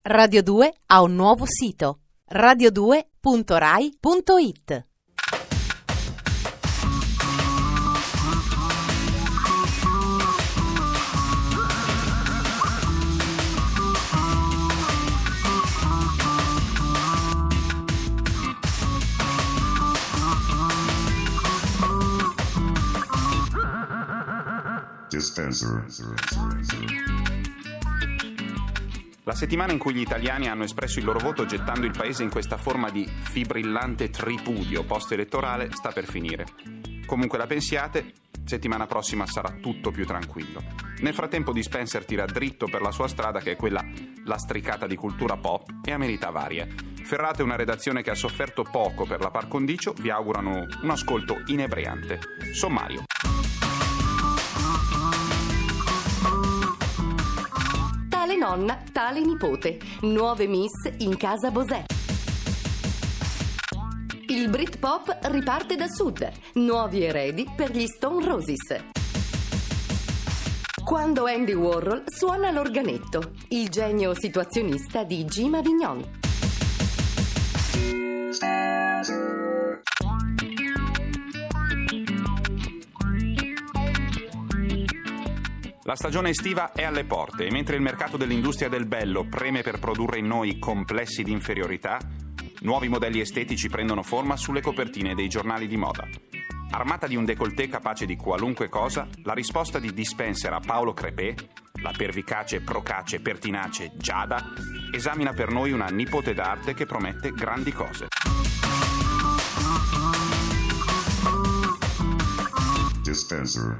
Radio 2 ha un nuovo sito: radio2.rai.it. La settimana in cui gli italiani hanno espresso il loro voto gettando il paese in questa forma di fibrillante tripudio post-elettorale sta per finire. Comunque la pensiate, settimana prossima sarà tutto più tranquillo. Nel frattempo Dispenser tira dritto per la sua strada, che è quella lastricata di cultura pop e amenità varie. Ferrato e una redazione che ha sofferto poco per la par condicio vi augurano un ascolto inebriante. Sommario. Tale nonna, tale nipote. Nuove miss in casa Bosè. Il Britpop riparte da sud. Nuovi eredi per gli Stone Roses. Quando Andy Warhol suona l'organetto. Il genio situazionista di Jim Avignon. La stagione estiva è alle porte e mentre il mercato dell'industria del bello preme per produrre in noi complessi di inferiorità, nuovi modelli estetici prendono forma sulle copertine dei giornali di moda. Armata di un décolleté capace di qualunque cosa, la risposta di Dispenser a Paolo Crepè, la pervicace, procace, pertinace Giada, esamina per noi una nipote d'arte che promette grandi cose. Dispenser.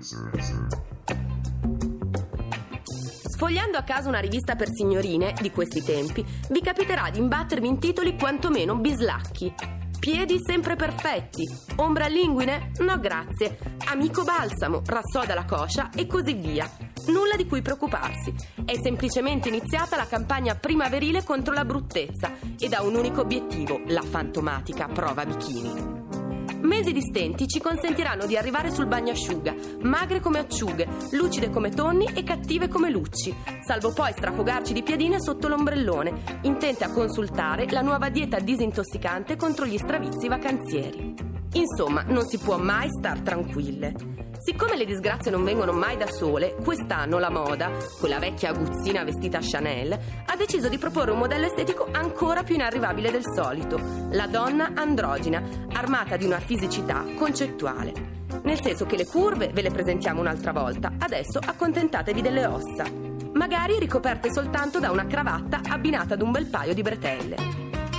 Sfogliando a caso una rivista per signorine di questi tempi, vi capiterà di imbattervi in titoli quantomeno bislacchi. Piedi sempre perfetti, ombra linguine? No grazie, amico balsamo, rassoda la coscia e così via. Nulla di cui preoccuparsi, è semplicemente iniziata la campagna primaverile contro la bruttezza ed ha un unico obiettivo, la fantomatica prova bikini. Mesi di stenti ci consentiranno di arrivare sul bagnasciuga, magre come acciughe, lucide come tonni e cattive come lucci, salvo poi strafogarci di piadine sotto l'ombrellone, intente a consultare la nuova dieta disintossicante contro gli stravizi vacanzieri. Insomma, non si può mai star tranquille. Siccome le disgrazie non vengono mai da sole, quest'anno la moda, quella vecchia aguzzina vestita a Chanel, ha deciso di proporre un modello estetico ancora più inarrivabile del solito: la donna androgina, armata di una fisicità concettuale. Nel senso che le curve ve le presentiamo un'altra volta, adesso accontentatevi delle ossa, magari ricoperte soltanto da una cravatta abbinata ad un bel paio di bretelle.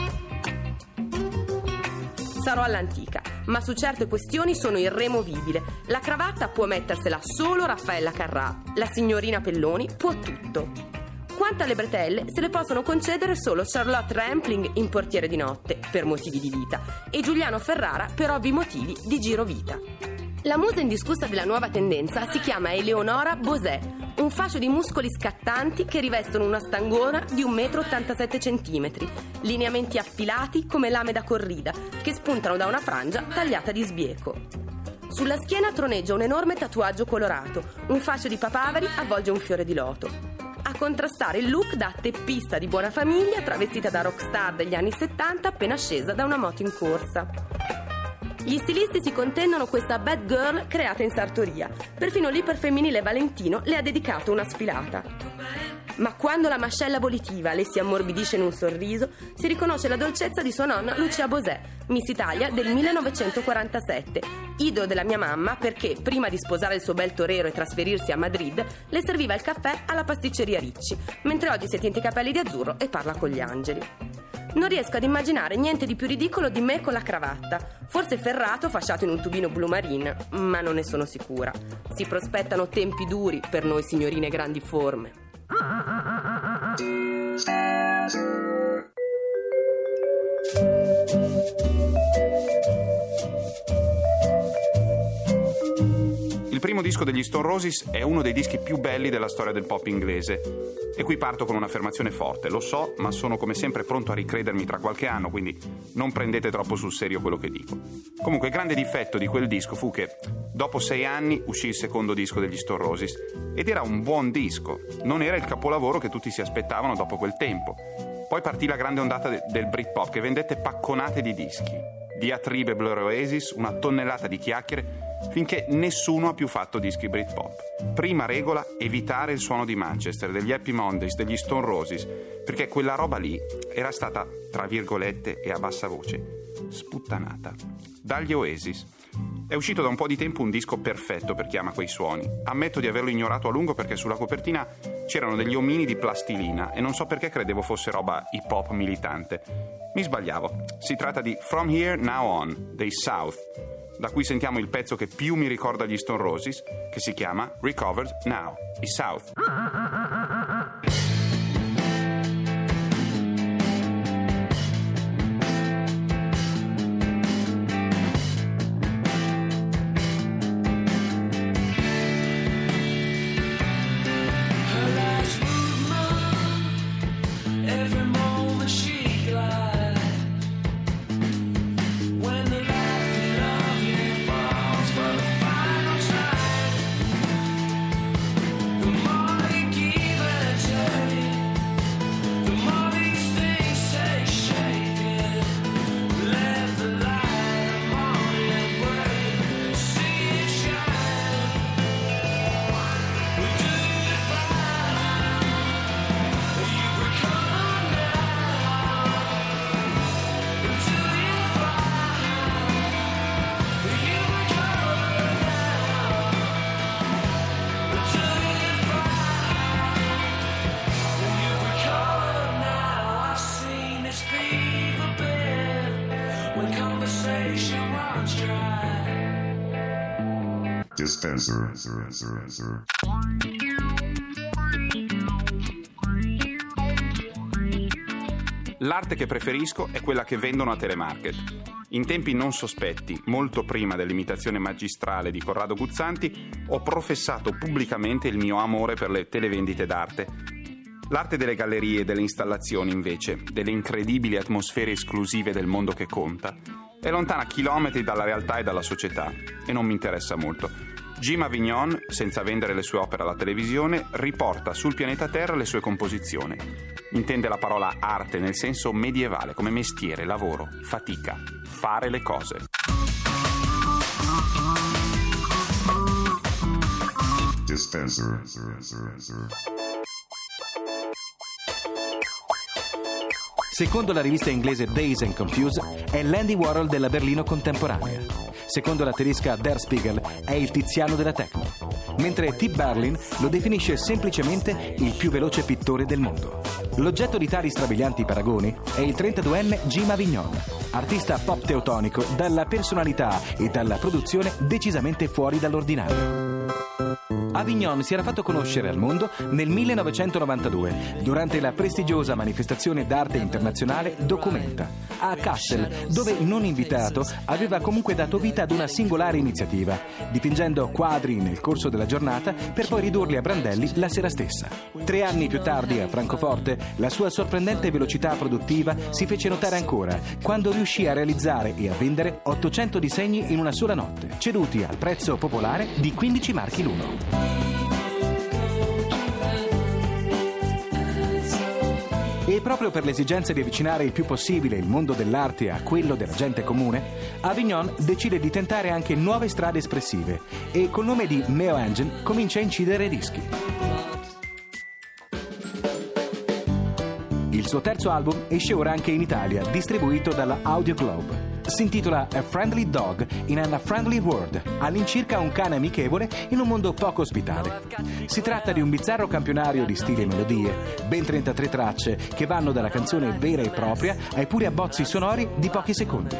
Sarò all'antica, ma su certe questioni sono irremovibile. La cravatta può mettersela solo Raffaella Carrà, la signorina Pelloni può tutto. Quanto alle bretelle, se le possono concedere solo Charlotte Rampling in Portiere di notte, per motivi di vita, e Giuliano Ferrara per ovvi motivi di giro vita. La musa indiscussa della nuova tendenza si chiama Eleonora Bosè, un fascio di muscoli scattanti che rivestono una stangona di 1,87 m, lineamenti affilati come lame da corrida, che spuntano da una frangia tagliata di sbieco. Sulla schiena troneggia un enorme tatuaggio colorato, un fascio di papaveri avvolge un fiore di loto. A contrastare il look da teppista di buona famiglia, travestita da rockstar degli anni 70 appena scesa da una moto in corsa. Gli stilisti si contendono questa bad girl creata in sartoria. Perfino l'iperfemminile Valentino le ha dedicato una sfilata. Ma quando la mascella volitiva le si ammorbidisce in un sorriso, si riconosce la dolcezza di sua nonna Lucia Bosè, Miss Italia del 1947, idolo della mia mamma perché, prima di sposare il suo bel torero e trasferirsi a Madrid, le serviva il caffè alla pasticceria Ricci, mentre oggi si tinta i capelli di azzurro e parla con gli angeli. Non riesco ad immaginare niente di più ridicolo di me con la cravatta. Forse Ferrato fasciato in un tubino blu marine, ma non ne sono sicura. Si prospettano tempi duri per noi signorine grandi forme. Il primo disco degli Stone Roses è uno dei dischi più belli della storia del pop inglese. E qui parto con un'affermazione forte, lo so, ma sono come sempre pronto a ricredermi tra qualche anno, quindi non prendete troppo sul serio quello che dico. Comunque il grande difetto di quel disco fu che dopo 6 anni uscì il secondo disco degli Stone Roses ed era un buon disco, non era il capolavoro che tutti si aspettavano dopo quel tempo. Poi partì la grande ondata del Britpop che vendette pacconate di dischi, diatribe Blur Oasis, una tonnellata di chiacchiere, finché nessuno ha più fatto dischi Britpop. Prima regola, evitare il suono di Manchester, degli Happy Mondays, degli Stone Roses, perché quella roba lì era stata, tra virgolette e a bassa voce, sputtanata dagli Oasis. È uscito da un po' di tempo un disco perfetto per chi ama quei suoni. Ammetto di averlo ignorato a lungo perché sulla copertina c'erano degli omini di plastilina e non so perché credevo fosse roba hip hop militante. Mi sbagliavo. Si tratta di From Here Now On dei South, da cui sentiamo il pezzo che più mi ricorda gli Stone Roses, che si chiama Recovered Now, i South. Dispenser. L'arte che preferisco è quella che vendono a telemarket. In tempi non sospetti, molto prima dell'imitazione magistrale di Corrado Guzzanti, ho professato pubblicamente il mio amore per le televendite d'arte. L'arte delle gallerie e delle installazioni, invece, delle incredibili atmosfere esclusive del mondo che conta, è lontana chilometri dalla realtà e dalla società e non mi interessa molto. Jim Avignon, senza vendere le sue opere alla televisione, riporta sul pianeta Terra le sue composizioni. Intende la parola arte nel senso medievale, come mestiere, lavoro, fatica, fare le cose. Dispenser. Secondo la rivista inglese Dazed and Confused, è l'Andy Warhol della Berlino contemporanea. Secondo la tedesca Der Spiegel, è il Tiziano della techno. Mentre Tip Berlin lo definisce semplicemente il più veloce pittore del mondo. L'oggetto di tali strabilianti paragoni è il 32enne Jim Avignon, artista pop teutonico dalla personalità e dalla produzione decisamente fuori dall'ordinario. Avignon si era fatto conoscere al mondo nel 1992 durante la prestigiosa manifestazione d'arte internazionale Documenta a Kassel, dove non invitato aveva comunque dato vita ad una singolare iniziativa, dipingendo quadri nel corso della giornata per poi ridurli a brandelli la sera stessa. 3 anni più tardi a Francoforte la sua sorprendente velocità produttiva si fece notare ancora quando riuscì a realizzare e a vendere 800 disegni in una sola notte, ceduti al prezzo popolare di 15 marchi l'uno. E proprio per l'esigenza di avvicinare il più possibile il mondo dell'arte a quello della gente comune, Avignon decide di tentare anche nuove strade espressive e col nome di Meo Engine comincia a incidere dischi. Il suo terzo album esce ora anche in Italia, distribuito dalla Audio Globe. Si intitola A Friendly Dog in an Unfriendly World, all'incirca un cane amichevole in un mondo poco ospitale. Si tratta di un bizzarro campionario di stili e melodie, ben 33 tracce che vanno dalla canzone vera e propria ai puri abbozzi sonori di pochi secondi.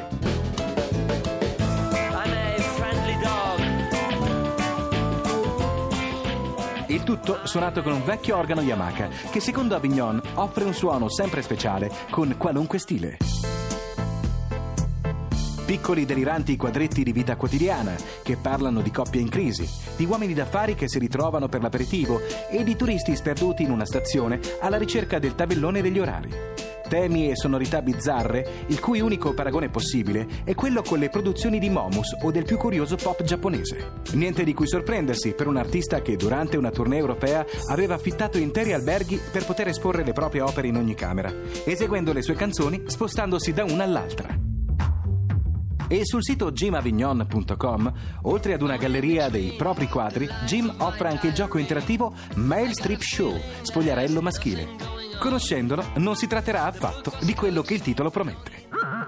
Il tutto suonato con un vecchio organo Yamaha che secondo Avignon offre un suono sempre speciale con qualunque stile. piccoli deliranti quadretti di vita quotidiana che parlano di coppie in crisi, di uomini d'affari che si ritrovano per l'aperitivo e di turisti sperduti in una stazione alla ricerca del tabellone degli orari. Temi e sonorità bizzarre, il cui unico paragone possibile è quello con le produzioni di Momus o del più curioso pop giapponese. Niente di cui sorprendersi per un artista che durante una tournée europea aveva affittato interi alberghi per poter esporre le proprie opere in ogni camera, eseguendo le sue canzoni spostandosi da una all'altra. E sul sito jimavignon.com, oltre ad una galleria dei propri quadri, Jim offre anche il gioco interattivo Male Strip Show, spogliarello maschile. Conoscendolo, non si tratterà affatto di quello che il titolo promette.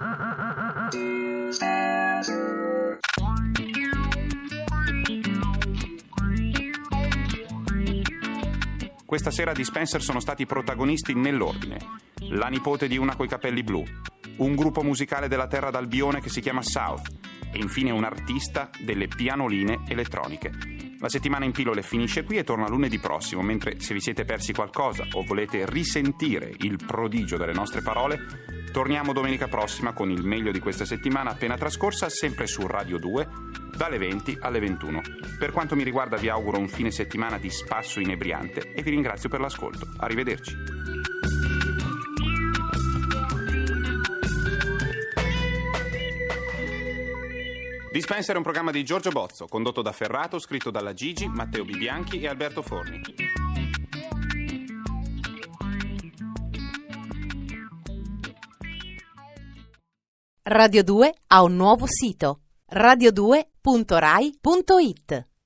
Questa sera di Spencer sono stati protagonisti nell'ordine: la nipote di una coi capelli blu, un gruppo musicale della terra d'Albione che si chiama South e infine un artista delle pianoline elettroniche. La settimana in pillole finisce qui e torna lunedì prossimo, mentre se vi siete persi qualcosa o volete risentire il prodigio delle nostre parole, torniamo domenica prossima con il meglio di questa settimana appena trascorsa, sempre su Radio 2, dalle 20 alle 21. Per quanto mi riguarda vi auguro un fine settimana di spasso inebriante e vi ringrazio per l'ascolto. Arrivederci. Dispenser è un programma di Giorgio Bozzo, condotto da Ferrato, scritto dalla Gigi, Matteo Bibianchi e Alberto Forni. Radio 2 ha un nuovo sito: radio2.rai.it.